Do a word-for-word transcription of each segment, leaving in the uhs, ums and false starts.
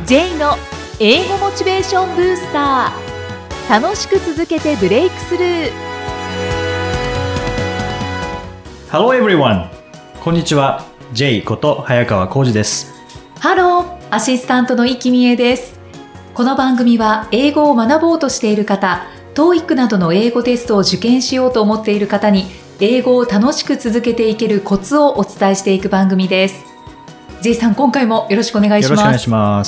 J の英語モチベーションブースター。楽しく続けてブレイクスルー。 Hello everyone! こんにちは。 J こと早川浩二です。 ハロー、アシスタントの生きみえです。この番組は英語を学ぼうとしている方、トーイック などの英語テストを受験しようと思っている方に英語を楽しく続けていけるコツをお伝えしていく番組です。 J さん、今回もよろしくお願いします。 よろしくお願いします。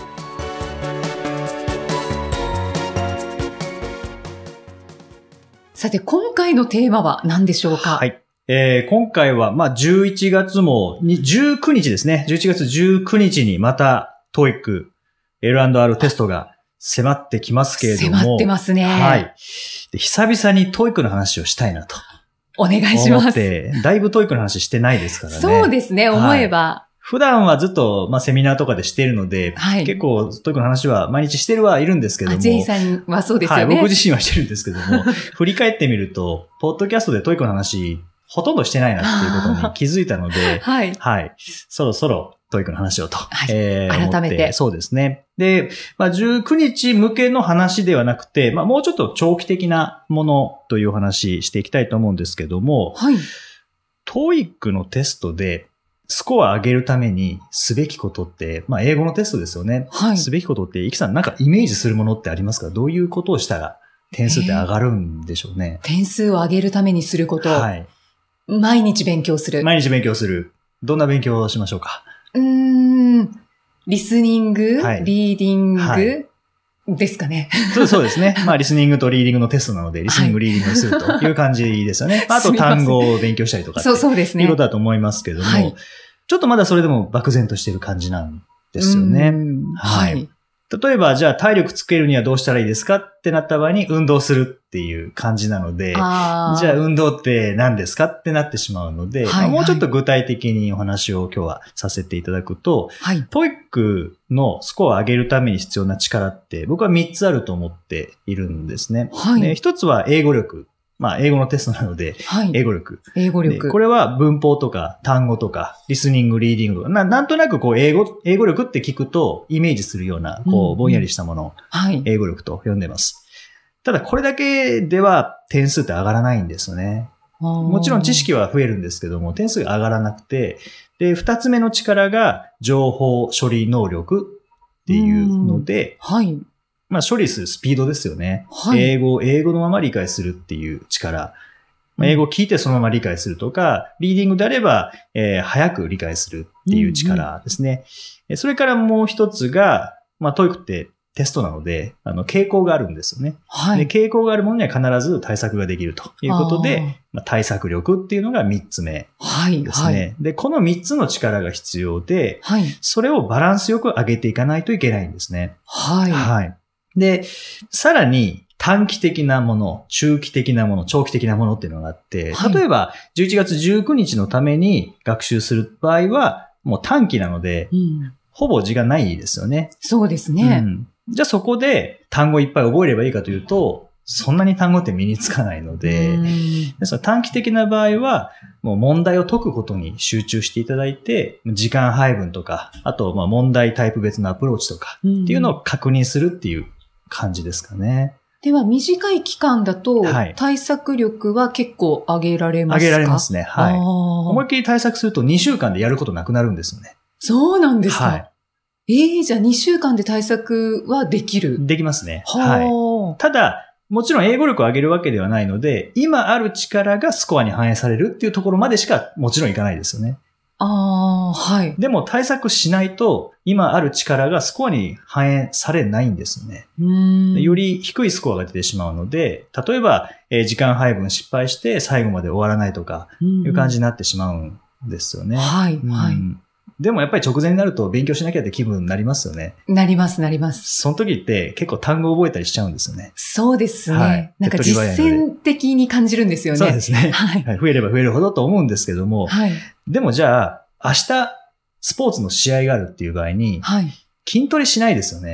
さて、今回のテーマは何でしょうか？ はい。えー、今回は、まあ、じゅういちがつも、じゅうくにちですね。じゅういちがつじゅうくにちにまた、トーイック エルアンドアール テストが迫ってきますけれども。 迫ってますね。 はい。で、久々に トーイック の話をしたいなと。 お願いします。 思って、だいぶ トーイック の話してないですからね。 そうですね、思えば。はい、 普段はずっと、まあ、セミナーとかでしているので、はい、結構、トーイック の話は毎日してるはいるんですけども。 J さんはそうですよね。 はい、僕自身はしてるんですけども、振り返ってみると、ポッドキャストで トーイック の話、ほとんどしてないなっていうことに気づいたので、はい。はい。そろそろ トーイック の話をと。はい。えー、改めて。そうですね。で、まあ、じゅうくにち向けの話ではなくて、まあ、もうちょっと長期的なものというお話していきたいと思うんですけども、はい。トーイック のテストで、スコア上げるためにすべきことって、まあ、英語のテストですよね。はい。すべきことって、イキさんなんかイメージするものってありますか？どういうことをしたら点数って上がるんでしょうね。 えー、点数を上げるためにすること。はい。毎日勉強する。 毎日勉強する。どんな勉強をしましょうか？ うーん。リスニング、はい、リーディング、はい、ですかね。 そう、そうですね。まあ、リスニングとリーディングのテストなので、リスニング、リーディングをするという感じですよね。はい、あと単語を勉強したりとか。そう、そうですね。いうことだと思いますけども、はい、ちょっとまだそれでも漠然としている感じなんですよね。はい。はい、例えば、じゃあ体力つけるにはどうしたらいいですかってなった場合に運動するっていう感じなので、あじゃあ運動って何ですかってなってしまうので、はいはい、もうちょっと具体的にお話を今日はさせていただくと、はい、トーイック のスコアを上げるために必要な力って僕はみっつあると思っているんですね。はい、でひとつは英語力。まあ、英語のテストなので、はい、英語力。 英語力。 これは文法とか単語とか、リスニング、リーディングとか、な, なんとなくこう、英語、英語力って聞くと、イメージするような、こう、ぼんやりしたものを、はい、英語力と呼んでます。ただ、これだけでは点数って上がらないんですよね。もちろん知識は増えるんですけども、点数が上がらなくて、で、二つ目の力が、情報処理能力っていうので、はい。まあ、処理するスピードですよね。はい、英語を英語のまま理解するっていう力。まあ、英語を聞いてそのまま理解するとか、リーディングであれば、えー、早く理解するっていう力ですね。うんうん、それからもう一つが、まあ、トーイックってテストなので、あの、傾向があるんですよね。はい、で傾向があるものには必ず対策ができるということで、まあ、対策力っていうのが三つ目ですね。はいはい、で、この三つの力が必要で、はい、それをバランスよく上げていかないといけないんですね。はい。はいで、さらに短期的なもの、中期的なもの、長期的なものっていうのがあって、はい、例えばじゅういちがつじゅうくにちのために学習する場合は、もう短期なので、うん、ほぼ時間ないですよね。 そうですね。 うん、じゃあそこで単語いっぱい覚えればいいかというと、そんなに単語って身につかないので、でその短期的な場合は、もう問題を解くことに集中していただいて、時間配分とか、あとまあ問題タイプ別のアプローチとかっていうのを確認するっていう感じですかね。 では、短い期間だと、対策力は結構上げられますか？ 上げられますね。はい。思いっきり対策するとにしゅうかんでやることなくなるんですよね。 そうなんですか？はい。ええー、じゃあにしゅうかんで対策はできる？ できますね。はい。ただ、もちろん英語力を上げるわけではないので、今ある力がスコアに反映されるっていうところまでしかもちろんいかないですよね。 ああ、はい。 でも対策しないと、今ある力がスコアに反映されないんですね。うーんより低いスコアが出てしまうので、例えば、えー、時間配分失敗して最後まで終わらないとか、いう感じになってしまうんですよね。はい、はい。でもやっぱり直前になると勉強しなきゃって気分になりますよね。 なります、なります。 その時って結構単語を覚えたりしちゃうんですよね。 そうですね。はい、なんか実践的に感じるんですよね。 そうですね。はい。増えれば増えるほどと思うんですけども。はい。でもじゃあ、明日、スポーツの試合があるっていう場合に、はい。筋トレしないですよね。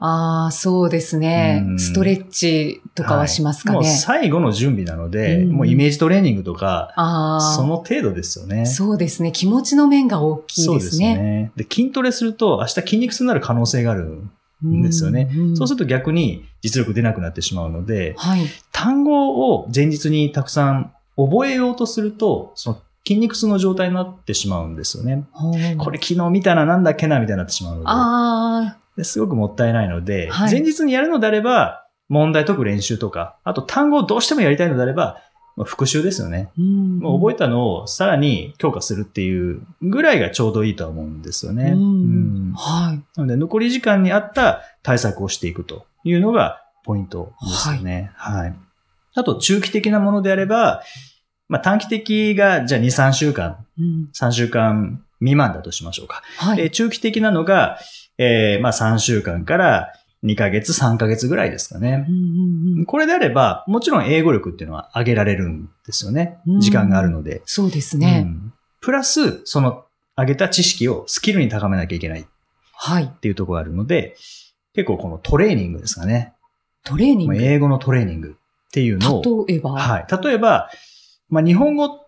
ああ、そうですね。ストレッチとかはしますかね。 はい、もう最後の準備なので、うん、もうイメージトレーニングとか、その程度ですよね。 そうですね。気持ちの面が大きいですね。そうですね。 で、筋トレすると明日筋肉痛になる可能性があるんですよね。うんうん、そうすると逆に実力出なくなってしまうので、はい、単語を前日にたくさん覚えようとすると、その筋肉痛の状態になってしまうんですよね。これ昨日見たらなんだっけなみたいになってしまうので。 あですごくもったいないので、はい、前日にやるのであれば、問題解く練習とか、あと単語をどうしてもやりたいのであれば、復習ですよね。うんもう覚えたのをさらに強化するっていうぐらいがちょうどいいとは思うんですよね。うんうんはい、なので残り時間に合った対策をしていくというのがポイントですよね。はい。はい、あと中期的なものであれば、まあ、短期的がじゃあに、さんしゅうかん、うん、さんしゅうかん未満だとしましょうか。はい、で中期的なのが、えー、まあさんしゅうかんからにかげつ、さんかげつぐらいですかね。うんうんうん、これであれば、もちろん英語力っていうのは上げられるんですよね。時間があるので。 そうですね、うん。 プラス、その上げた知識をスキルに高めなきゃいけない。はい。っていうところがあるので、結構このトレーニングですかね。 トレーニング？ 英語のトレーニングっていうのを。 例えばはい。例えば、まあ日本語って、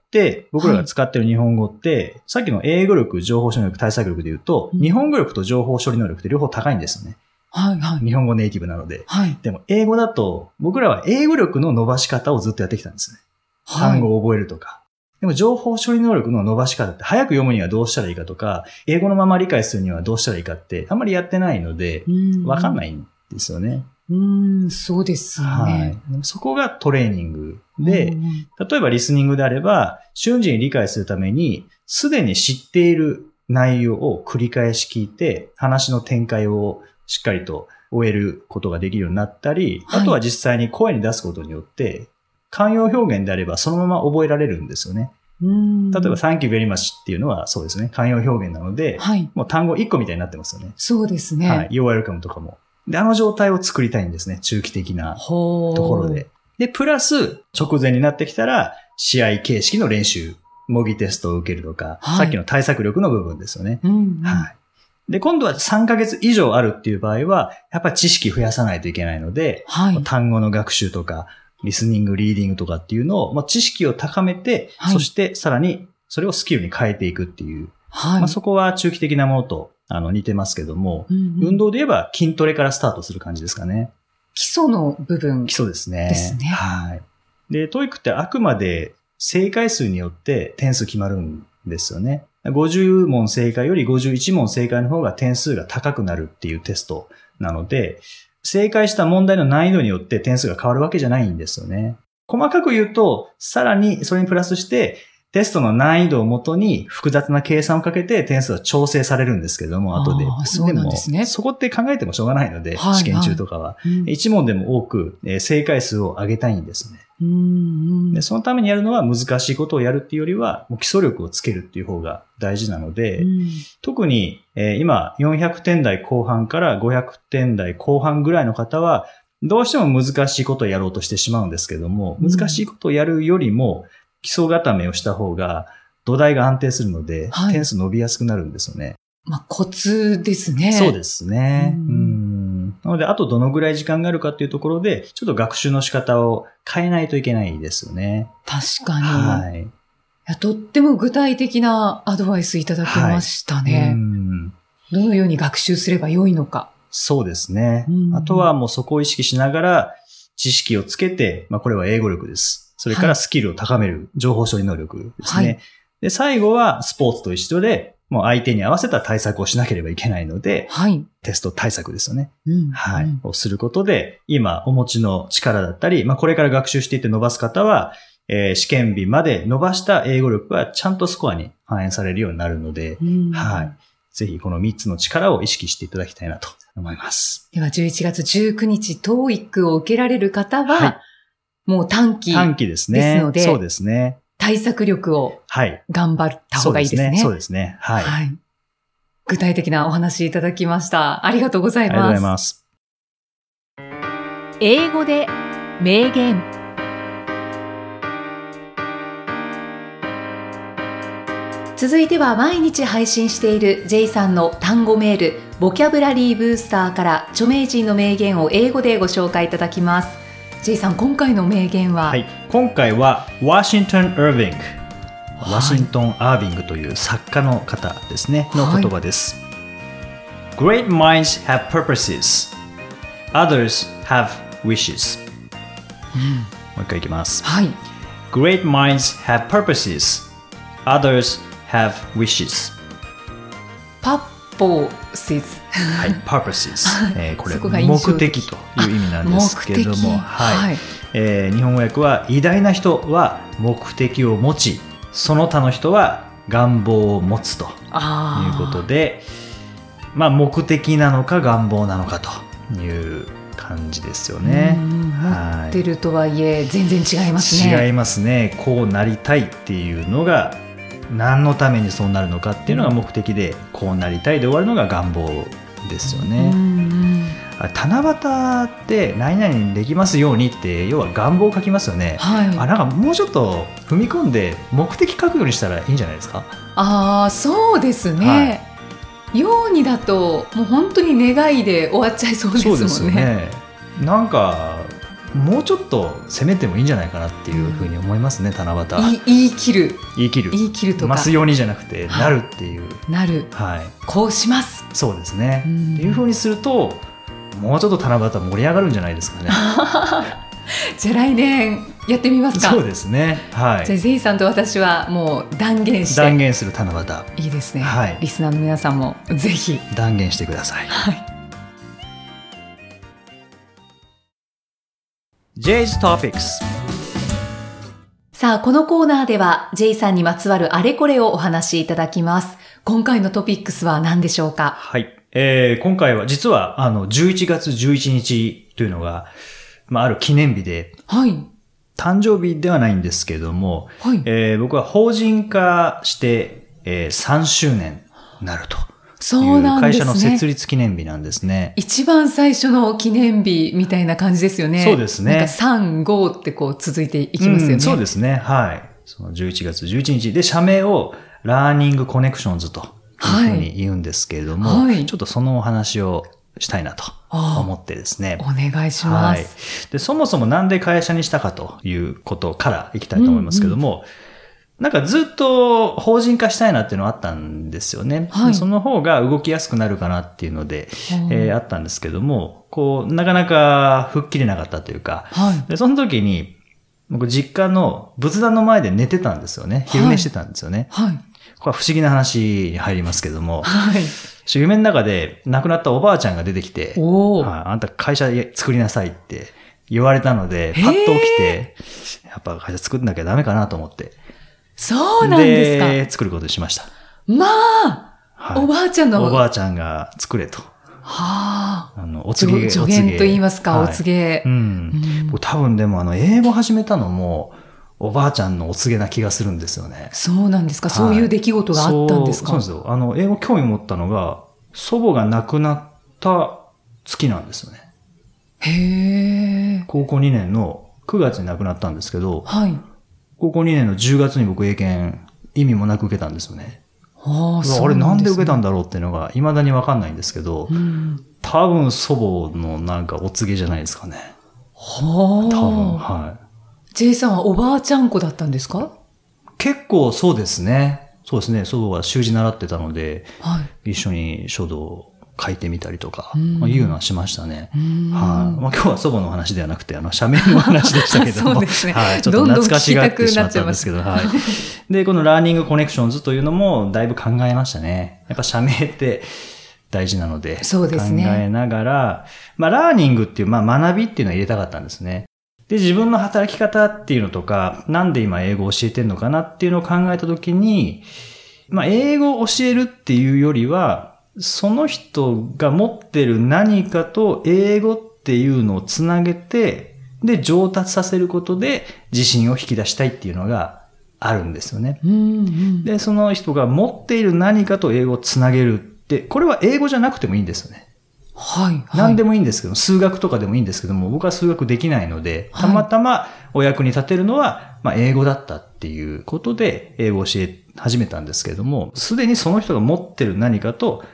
僕らが使ってる日本語って、はい、さっきの英語力、情報処理能力、対策力で言うと、うん、日本語力と情報処理能力って両方高いんですよね。はいはい。日本語ネイティブなので。はい。でも英語だと、僕らは英語力の伸ばし方をずっとやってきたんですね。はい。単語を覚えるとか。でも情報処理能力の伸ばし方って早く読むにはどうしたらいいかとか、英語のまま理解するにはどうしたらいいかってあんまりやってないので、わかんないんですよね。 うーん、そうですね。はい。 そこがトレーニングで、例えばリスニングであれば、瞬時に理解するために、すでに知っている内容を繰り返し聞いて、話の展開をしっかりと終えることができるようになったり、はい、あとは実際に声に出すことによって、慣用表現であればそのまま覚えられるんですよね。うーん例えば Thank you very much っていうのはそうですね。慣用表現なので、はい、もう単語いっこみたいになってますよね。 そうですね。 はい。You're welcome とかも。で、あの状態を作りたいんですね。中期的なところで。で、プラス直前になってきたら、試合形式の練習、模擬テストを受けるとか、はい、さっきの対策力の部分ですよね。うんうんはい。で、今度はさんかげつ以上あるっていう場合は、やっぱり知識増やさないといけないので、はい、単語の学習とか、リスニング、リーディングとかっていうのを、まあ、知識を高めて、はい、そしてさらにそれをスキルに変えていくっていう、はいまあ、そこは中期的なものとあの似てますけども、うんうん、運動で言えば筋トレからスタートする感じですかね。 基礎の部分。 基礎ですね。 ですね。 はい。で、トーイックってあくまで正解数によって点数決まるんですよね。ごじゅうもん正解よりごじゅういちもん正解の方が点数が高くなるっていうテストなので、正解した問題の難易度によって点数が変わるわけじゃないんですよね。細かく言うと、さらにそれにプラスして、テストの難易度をもとに複雑な計算をかけて点数は調整されるんですけれども、後で。 そうなんですね。 でも、そこって考えてもしょうがないので、はいはい、試験中とかは。いち問でも多く、えー、正解数を上げたいんですね。うんうんで。そのためにやるのは難しいことをやるっていうよりは、もう基礎力をつけるっていう方が大事なので、うん、特に、えー、今よんひゃくてん台後半からごひゃくてん台後半ぐらいの方は、どうしても難しいことをやろうとしてしまうんですけども、難しいことをやるよりも、基礎固めをした方が土台が安定するので、はい、点数伸びやすくなるんですよね。 まあ、コツですね。 そうですね。うんうんなので、あとどのぐらい時間があるかっていうところで、ちょっと学習の仕方を変えないといけないですよね。 確かに。はい。いやとっても具体的なアドバイスいただきましたね。はい、うんどのように学習すればよいのか。 そうですね。あとはもうそこを意識しながら知識をつけて、まあこれは英語力です。それからスキルを高める情報処理能力ですね。はい、で、最後はスポーツと一緒で、もう相手に合わせた対策をしなければいけないので、はい、テスト対策ですよね。うん、はい、うん。をすることで、今お持ちの力だったり、まあこれから学習していって伸ばす方は、えー、試験日まで伸ばした英語力がちゃんとスコアに反映されるようになるので、うん、はい。ぜひこのみっつの力を意識していただきたいなと思います。 ではじゅういちがつじゅうくにち、トーイック を受けられる方は、はいもう短期短期ですね。 ですので、 そうですね。 対策力を頑張った方がいいですね。 そうですね。はい。はい。 具体的なお話いただきました。ありがとうございます。 ありがとうございます。 英語で名言。続いては毎日配信している J さんの単語メール、 ボキャブラリーブースターから著名人の名言を英語でご紹介いただきます。 J さん、今回の名言は？ はい、今回はワシントン・アービング、ワシントン・アービングという作家の方ですね、の言葉です、はい、Great minds have purposes, others have wishes、うん、もう一回いきます、 はい、 Great minds have purposes, others have wishes。 パッポーシズはい、purposes、えー、これ目的という意味なんですけれども、はいはい、えー、日本語訳は偉大な人は目的を持ち、その他の人は願望を持つということで、まあ、目的なのか願望なのかという感じですよね。 持ってるとはいえ全然違いますね。 違いますね。こうなりたいっていうのが何のためにそうなるのかっていうのが目的で、こうなりたいで終わるのが願望ですよね。うん、七夕って何々できますようにって要は願望を書きますよね、はい、あ、なんかもうちょっと踏み込んで目的書くようにしたらいいんじゃないですか。 ああ、そうですね、はい、ようにだともう本当に願いで終わっちゃいそうですもんね。そうですよね。 なんかもうちょっと攻めてもいいんじゃないかなっていうふうに思いますね、うん、七夕。 言い切る言い切る言い切るとかますようにじゃなくて、はい、なるっていう、 なる、はい、こうします。 そうですね、うん、っていうふうにするともうちょっと七夕盛り上がるんじゃないですかね。 じゃあ来年やってみますか。 そうですね、はい、 じゃあゼイさんと私はもう断言して、 断言する七夕、 いいですね、 はい、 リスナーの皆さんもぜひ断言してください、 はい、 J's Topics。 さあ、このコーナーでは J さんにまつわるあれこれをお話しいただきます。今回のトピックスは何でしょうか。 はい、えー、今回は実はあのじゅういちがつじゅういちにちというのが、まあ、ある記念日で、 はい、 誕生日ではないんですけども、はい、えー、僕は法人化して、えー、さんしゅうねんになると。 そうなんですね。 会社の設立記念日なんですね。 一番最初の記念日みたいな感じですよね。 そうですね。 なんかさん、ごってこう続いていきますよね。 うん、そうですね。はい。そのじゅういちがつじゅういちにちで社名をラーニングコネクションズというふうに言うんですけれども、はい、ちょっとそのお話をしたいなと思ってですね。 お願いします、はい。 で、そもそもなんで会社にしたかということからいきたいと思いますけども、うんうん、なんかずっと法人化したいなっていうのはあったんですよね。はい、その方が動きやすくなるかなっていうので、えー、あったんですけども、こう、なかなか吹っ切れなかったというか、はい、でその時に、僕実家の仏壇の前で寝てたんですよね。昼寝してたんですよね。はい、これは不思議な話に入りますけども、はい、夢の中で亡くなったおばあちゃんが出てきて、はい、あんた会社作りなさいって言われたので、パッと起きて、やっぱ会社作んなきゃダメかなと思って、 そうなんですか。 で、作ることにしました。 まあ、はい、おばあちゃんの。 おばあちゃんが作れと。 はあ。 あの、お告げ。 助言と言いますか、はい、お告げ。 うん。うん、多分でも、あの、英語始めたのも、おばあちゃんのお告げな気がするんですよね。 そうなんですか。はい、そういう出来事があったんですか。 そう、そうですよ。あの、英語興味持ったのが、祖母が亡くなった月なんですよね。 へー。 高校にねんのくがつに亡くなったんですけど、 はい。 高校にねんのじゅうがつに僕英検意味もなく受けたんですよね。 ああ、そうなんですね。 あれなんで受けたんだろうっていうのが未だにわかんないんですけど、うん、多分祖母のなんかお告げじゃないですかね。 はあ。 多分、はい。 J さんはおばあちゃん子だったんですか？ 結構そうですね。そうですね。祖母は習字習ってたので、 はい、 一緒に書道を書いてみたりとか、まあ、いうのはしましたね。はい、まあ、今日は祖母の話ではなくて、あの、社名の話でしたけども。 そうですね。 はい。ちょっと懐かしがってしまったんですけど、はい。で、このラーニングコネクションズというのもだいぶ考えましたね。やっぱ社名って大事なので、 そうですね。 考えながら、まあ、ラーニングっていう、まあ、学びっていうのを入れたかったんですね。で、自分の働き方っていうのとか、なんで今英語を教えてるのかなっていうのを考えたときに、まあ、英語を教えるっていうよりは、その人が持ってる何かと英語っていうのをつなげて、で、上達させることで自信を引き出したいっていうのがあるんですよね。 うんうん、 で、その人が持っている何かと英語をつなげるって、これは英語じゃなくてもいいんですよね。 はい、はい。 何でもいいんですけど、数学とかでもいいんですけども、僕は数学できないので、たまたまお役に立てるのは、まあ、英語だったっていうことで、英語を教え始めたんですけれども、すでにその人が持ってる何かと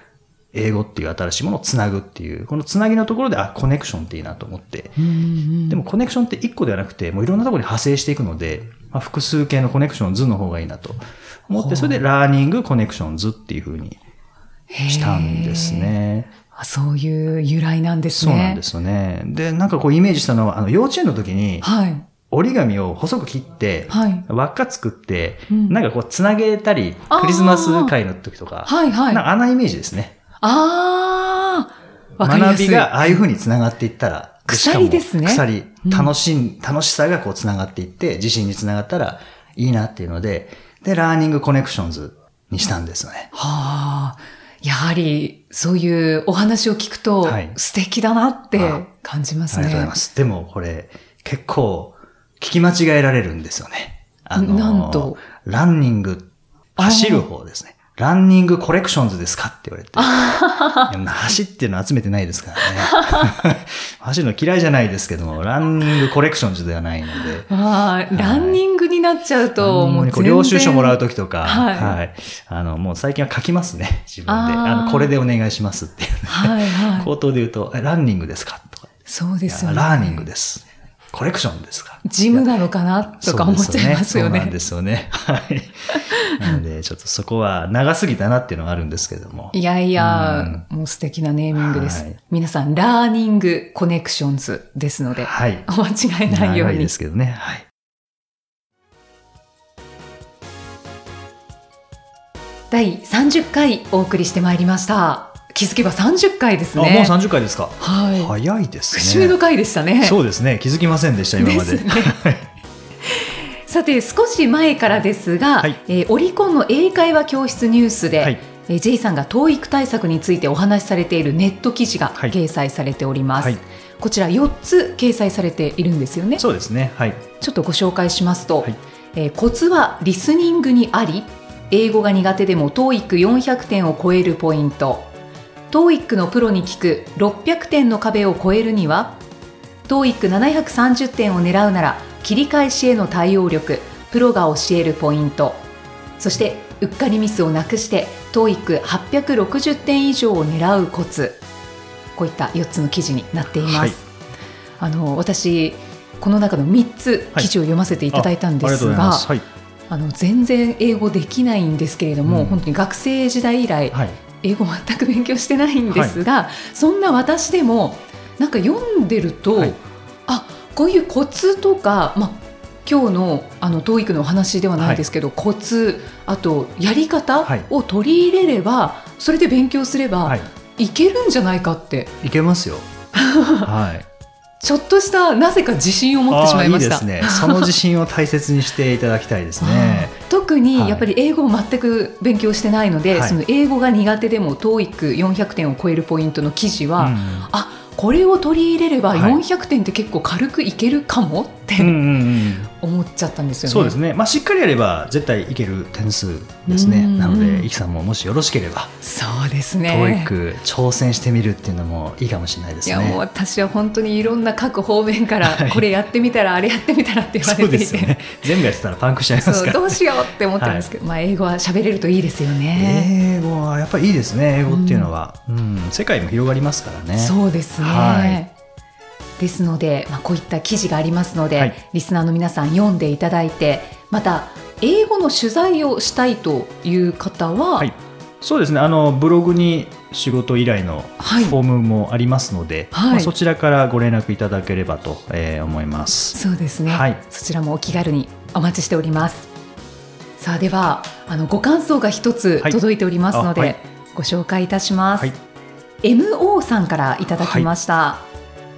英語っていう新しいものをつなぐっていう、このつなぎのところで、あ、コネクションっていいなと思って。うんうん、でもコネクションって一個ではなくて、もういろんなところに派生していくので、まあ、複数形のコネクション図の方がいいなと思って、それでラーニングコネクション図っていう風にしたんですね。 そういう由来なんですね。 そうなんですよね。で、なんかこうイメージしたのは、あの幼稚園の時に、はい、折り紙を細く切って、はい、輪っか作って、うん、なんかこうつなげたり、クリスマス会の時とか、はいはい、なんかあんなイメージですね。 ああ、わかりやすい。 学びがああいう風につながっていったら、 鎖ですね。 鎖。楽しん、楽しさがこうつながっていって、自信につながったらいいなっていうので、で、ラーニングコネクションズにしたんですよね。 はあ。やはり、そういうお話を聞くと、素敵だなって感じますね。 はい、ありがとうございます。でもこれ、結構、聞き間違えられるんですよね。 あの、なんと。 ランニング、走る方ですね。ランニングコレクションズですかって言われて。いや走ってるの集めてないですからね。走るの嫌いじゃないですけども、ランニングコレクションズではないので。 ああ、ランニングになっちゃうと、もう全然。 領収書もらうときとか、はい、はい。あの、もう最近は書きますね。自分で。あの、これでお願いしますっていう、ね。はいはい。口頭で言うと、ランニングですかとか。 そうですよね。 ラーニングです。コレクションですか。 ジムなのかなとか思っちゃいますよね。 そうなんですよね。はい。なので、ちょっとそこは長すぎたなっていうのはあるんですけれども。 いやいや、うん、もう素敵なネーミングです。はい、皆さん、ラーニングコネクションズですので、はい、お間違いないように。 長いですけどね。はい。 だいさんじゅっかいお送りしてまいりました。気づけばさんじゅっかいですね。 あ、もうさんじゅっかいですか。 はい。 早いですね。 節目の回でしたね。 そうですね。気づきませんでした、今まで。でね、 さて、少し前からですが、はい、えー、オリコンの英会話教室ニュースで、はい、えー、J さんが トーイック 対策についてお話しされているネット記事が掲載されております。はいはい、こちらよっつ掲載されているんですよね。 そうですね。はい。 ちょっとご紹介しますと、はい、えー、コツはリスニングにあり、英語が苦手でも トーイックよんひゃくてんを超えるポイント。トーイック のプロに聞くろっぴゃくてんの壁を超えるには、トーイックななひゃくさんじゅってんを狙うなら切り返しへの対応力、プロが教えるポイント、そしてうっかりミスをなくして トーイックはっぴゃくろくじゅってん以上を狙うコツ、こういったよっつの記事になっています。はい、あの私この中のみっつ記事を読ませていただいたんですが、はい、あ、はい、あの全然英語できないんですけれども、うん、本当に学生時代以来、はい、英語全く勉強してないんですが、はい、そんな私でもなんか読んでると、はい、あ、こういうコツとか、まあ、今日のあの トーイック のお話ではないですけど、はい、コツ、あとやり方を取り入れれば、はい、それで勉強すれば、はい、いけるんじゃないかって。 いけますよ。はい。 ちょっとしたなぜか自信を持ってしまいました。 いいですね。その自信を大切にしていただきたいですね。 特にやっぱり英語を全く勉強してないので、はい、その英語が苦手でも トーイックよんひゃくてんを超えるポイントの記事は、うん、あ、これを取り入れればよんひゃくてんって結構軽くいけるかもって、はい、思っちゃったんですよね。 そうですね。まあ、しっかりやれば絶対いける点数ですね。なので、イキさんももしよろしければ、 そうですね。 トーイック挑戦してみるっていうのもいいかもしれないですね。 いや、もう私は本当にいろんな各方面から、はい、これやってみたらあれやってみたらって言われていて、そうですよね、 全部やってたらパンクしちゃいますから、 そう、どうしようって思ってますけど、はい、まあ、英語は喋れるといいですよね。 英語はやっぱりいいですね。英語っていうのは、うんうん、世界も広がりますからね。 そうですね。はい、ですので、まあ、こういった記事がありますので、はい、リスナーの皆さん読んでいただいて、また英語の取材をしたいという方は、はい、 そうですね、あのブログに仕事依頼のフォームもありますので、はい、まあ、そちらからご連絡いただければと、えー、思います。 そうですね、はい、そちらもお気軽にお待ちしております。さあ、ではあのご感想が一つ届いておりますので、はい、ご紹介いたします。はい、エムオー さんからいただきました。はい、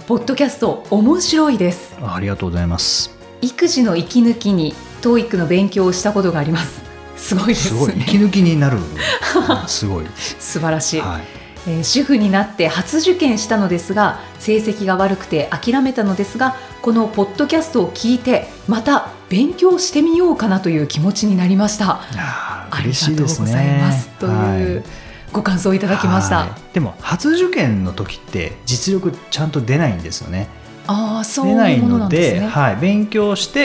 ポッドキャスト面白いです。 あ, ありがとうございます。 育児の息抜きに トーイック の勉強をしたことがあります。すごいですね。すごい、 息抜きになるすごい素晴らしい。はい、えー、主婦になって初受験したのですが、成績が悪くて諦めたのですが、このポッドキャストを聞いてまた勉強してみようかなという気持ちになりました。 ありがとうございます、という、はい、ご感想をいただきました。 でも初受験の時って実力ちゃんと出ないんですよね。 あ、そういうものなんですね。 出ないので、はい、勉強して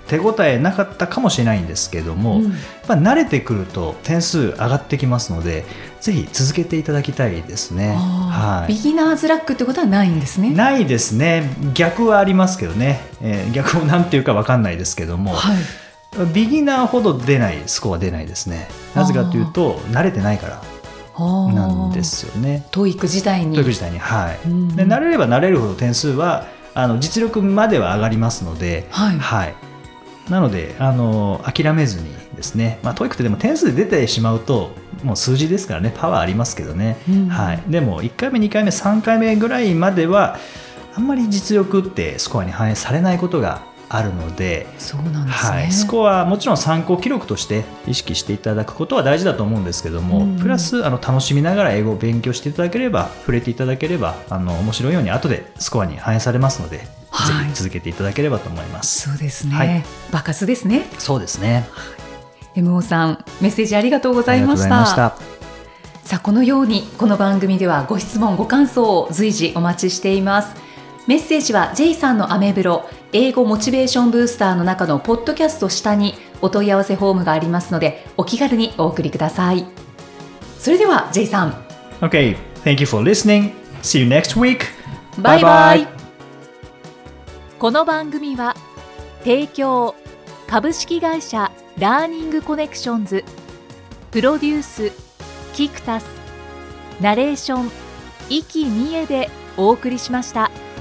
手応えなかったかもしれないんですけども、うん、やっぱ慣れてくると点数上がってきますので、ぜひ続けていただきたいですね。 はい、ビギナーズラックってことはないんですね。 ないですね。逆はありますけどね、えー、逆をなんていうか分かんないですけども、はい、ビギナーほど出ないスコア出ないですね。なぜかというと慣れてないからなんですよね。 トーイック自体に。 トーイック自体に、はい。うん、で慣れれば慣れるほど点数はあの実力までは上がりますので、はいはい、なのであの諦めずにですね、まあ、トーイックってでも点数で出てしまうともう数字ですからね、パワーありますけどね、うんはい、でもいっかいめにかいめさんかいめぐらいまではあんまり実力ってスコアに反映されないことがあるので、 そうなんですね、はい、 スコアはもちろん参考記録として意識していただくことは大事だと思うんですけども、うん、プラスあの楽しみながら英語を勉強していただければ、触れていただければあの面白いように後でスコアに反映されますので、はい、ぜひ続けていただければと思います。 そうですね、はい、場数ですね。 そうですね。 エムオー さん、メッセージありがとうございました。ありがとうございました。さあ、このようにこの番組ではご質問ご感想を随時お待ちしています。メッセージは J さんのアメブロ英語モチベーションブースターの中のポッドキャスト下にお問い合わせフォームがありますので、お気軽にお送りください。それでは J さん。 OK, thank you for listening. See you next week. バイバイ。この番組は提供株式会社ラーニングコネクションズ、プロデュースキクタス、ナレーション生きみえでお送りしました。